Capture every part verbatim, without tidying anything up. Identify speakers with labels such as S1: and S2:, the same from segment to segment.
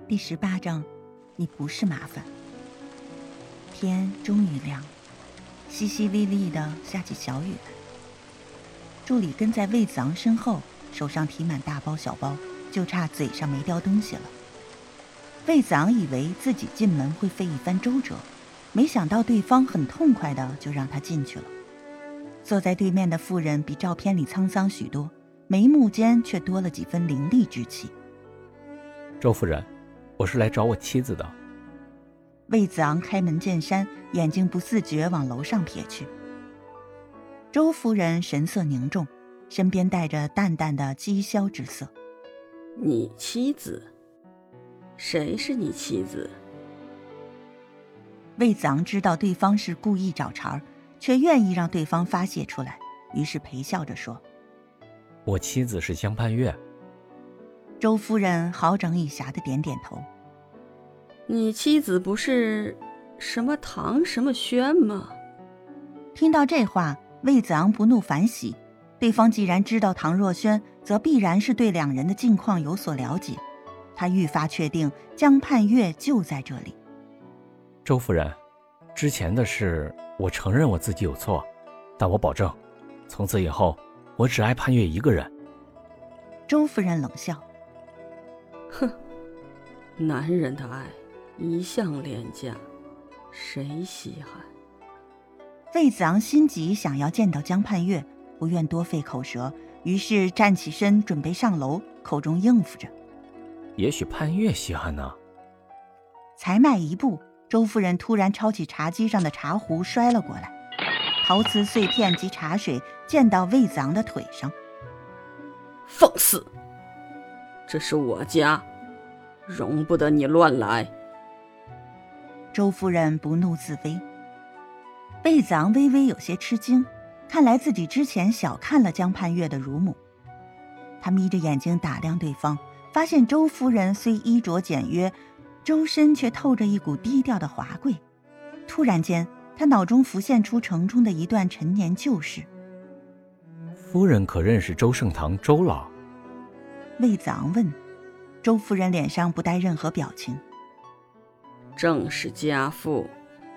S1: 第十八章，你不是麻烦。天终于亮，淅淅沥沥的下起小雨来。助理跟在魏子昂身后，手上提满大包小包，就差嘴上没叼东西了。魏子昂以为自己进门会费一番周折，没想到对方很痛快的就让他进去了。坐在对面的妇人比照片里沧桑许多，眉目间却多了几分凌厉之气。
S2: 周夫人，我是来找我妻子的。
S1: 魏子昂开门见山，眼睛不自觉往楼上瞥去。周夫人神色凝重，身边带着淡淡的讥笑之色。
S3: 你妻子？谁是你妻子？
S1: 魏子昂知道对方是故意找茬，却愿意让对方发泄出来，于是陪笑着说：
S2: 我妻子是江盼月。
S1: 周夫人好整以暇的点点头。
S3: 你妻子不是什么唐什么轩吗？
S1: 听到这话，魏子昂不怒反喜，对方既然知道唐若轩，则必然是对两人的近况有所了解。他愈发确定江盼月就在这里。
S2: 周夫人，之前的事我承认我自己有错，但我保证从此以后我只爱盼月一个人。
S1: 周夫人冷笑：
S3: 哼，男人的爱一向廉价，谁稀罕？
S1: 魏子昂心急，想要见到江盼月，不愿多费口舌，于是站起身准备上楼，口中应付着：
S2: 也许盼月稀罕呢。
S1: 才迈一步，周夫人突然抄起茶几上的茶壶摔了过来，陶瓷碎片及茶水溅到魏子昂的腿上。
S3: 放肆！这是我家，容不得你乱来。
S1: 周夫人不怒自威。魏子昂微微有些吃惊，看来自己之前小看了江盼月的乳母。他眯着眼睛打量对方，发现周夫人虽衣着简约，周身却透着一股低调的华贵。突然间，他脑中浮现出城中的一段陈年旧事。
S2: 夫人可认识周盛堂周老？
S1: 魏子昂问。周夫人脸上不带任何表情。
S3: 正是家父。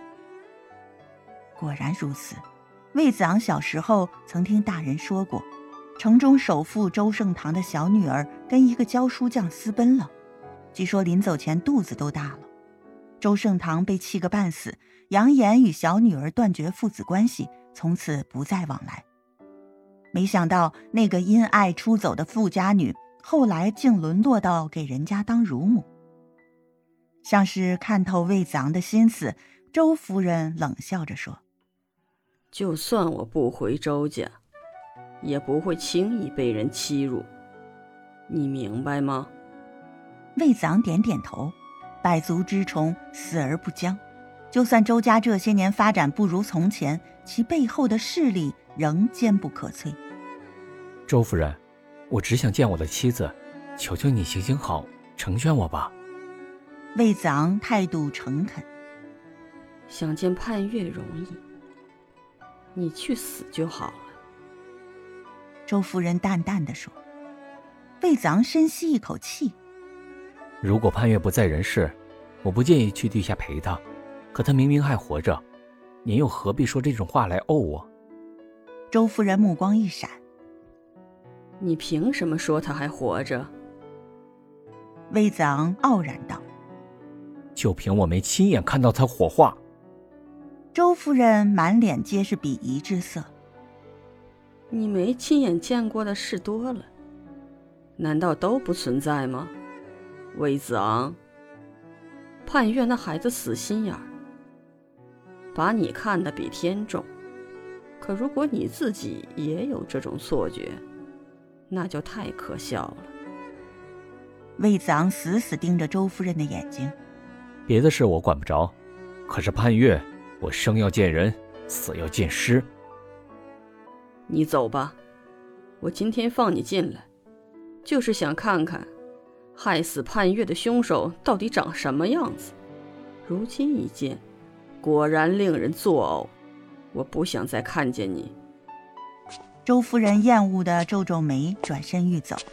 S1: 果然如此。魏子昂小时候曾听大人说过，城中首富周盛堂的小女儿跟一个教书匠私奔了，据说临走前肚子都大了。周盛堂被气个半死，扬言与小女儿断绝父子关系，从此不再往来。没想到那个因爱出走的富家女，后来竟沦落到给人家当乳母。像是看透魏子昂的心思，周夫人冷笑着说：
S3: 就算我不回周家，也不会轻易被人欺辱，你明白吗？
S1: 魏子昂点点头，百足之虫，死而不僵。就算周家这些年发展不如从前，其背后的势力仍坚不可摧。
S2: 周夫人，我只想见我的妻子，求求你行行好，成全我吧。
S1: 魏子昂态度诚恳。
S3: 想见盼月容易，你去死就好了。
S1: 周夫人淡淡地说。魏子昂深吸一口气。
S2: 如果盼月不在人世，我不介意去地下陪她，可她明明还活着，您又何必说这种话来怄我？
S1: 周夫人目光一闪。
S3: 你凭什么说她还活着？
S1: 魏子昂傲然道。
S2: 就凭我没亲眼看到她火化。
S1: 周夫人满脸皆是鄙夷之色。
S3: 你没亲眼见过的事多了，难道都不存在吗？魏子昂，盼月那孩子死心眼儿，把你看得比天重。可如果你自己也有这种错觉，那就太可笑了。
S1: 魏子昂死死盯着周夫人的眼睛。
S2: 别的事我管不着，可是盼月，我生要见人，死要见尸。
S3: 你走吧，我今天放你进来，就是想看看害死盼月的凶手到底长什么样子。如今一见，果然令人作呕，我不想再看见你。
S1: 周夫人厌恶地皱皱眉，转身欲走。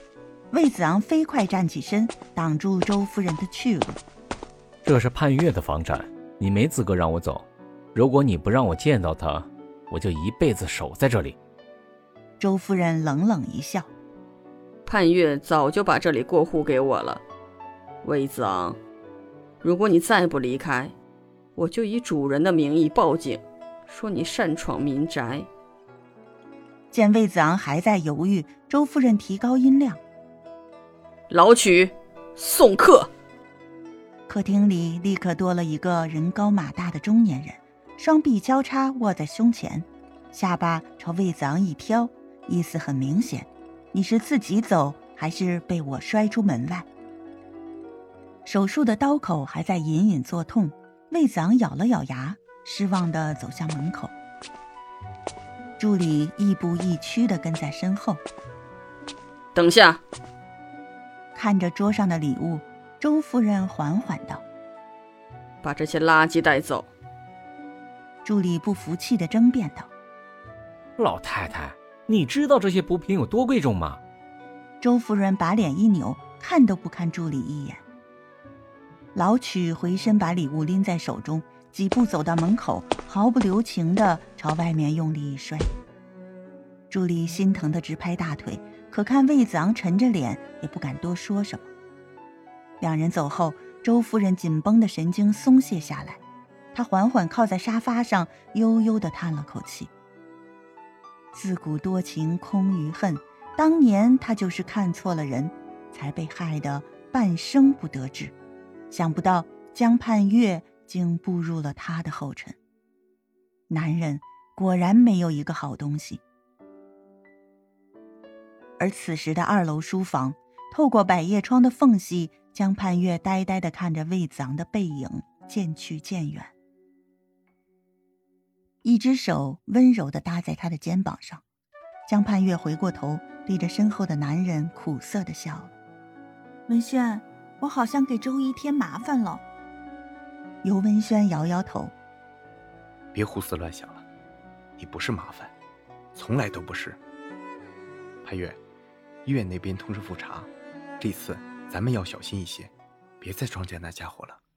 S1: 魏子昂飞快站起身，挡住周夫人的去路。
S2: 这是盼月的房产，你没资格让我走。如果你不让我见到他，我就一辈子守在这里。
S1: 周夫人冷冷一笑，
S3: 盼月早就把这里过户给我了。魏子昂，如果你再不离开，我就以主人的名义报警，说你擅闯民宅。
S1: 见魏子昂还在犹豫，周夫人提高音量，
S3: 老曲，送客。
S1: 客厅里立刻多了一个人高马大的中年人，双臂交叉握在胸前，下巴朝魏子昂一挑，意思很明显，你是自己走还是被我摔出门外？手术的刀口还在隐隐作痛，魏子昂咬了咬牙，失望地走向门口。助理亦步亦趋地跟在身后。
S3: 等下。
S1: 看着桌上的礼物，周夫人缓缓道：
S3: 把这些垃圾带走。
S1: 助理不服气地争辩道：
S2: 老太太，你知道这些补品有多贵重吗？
S1: 周夫人把脸一扭，看都不看助理一眼。老曲回身把礼物拎在手中，几步走到门口，毫不留情地朝外面用力一摔。助理心疼地直拍大腿，可看魏子昂沉着脸，也不敢多说什么。两人走后，周夫人紧绷的神经松懈下来，她缓缓靠在沙发上，悠悠地叹了口气。自古多情空余恨，当年她就是看错了人，才被害得半生不得志。想不到江盼月竟步入了他的后尘。男人果然没有一个好东西。而此时的二楼书房，透过百叶窗的缝隙，江盼月呆呆地看着魏子昂的背影渐去渐远，一只手温柔地搭在他的肩膀上。江盼月回过头，对着身后的男人苦涩地笑了。文轩，我好像给周姨添麻烦了。尤文轩摇摇头，
S4: 别胡思乱想了，你不是麻烦，从来都不是。潘月，医院那边通知复查，这次咱们要小心一些，别再撞见那家伙了。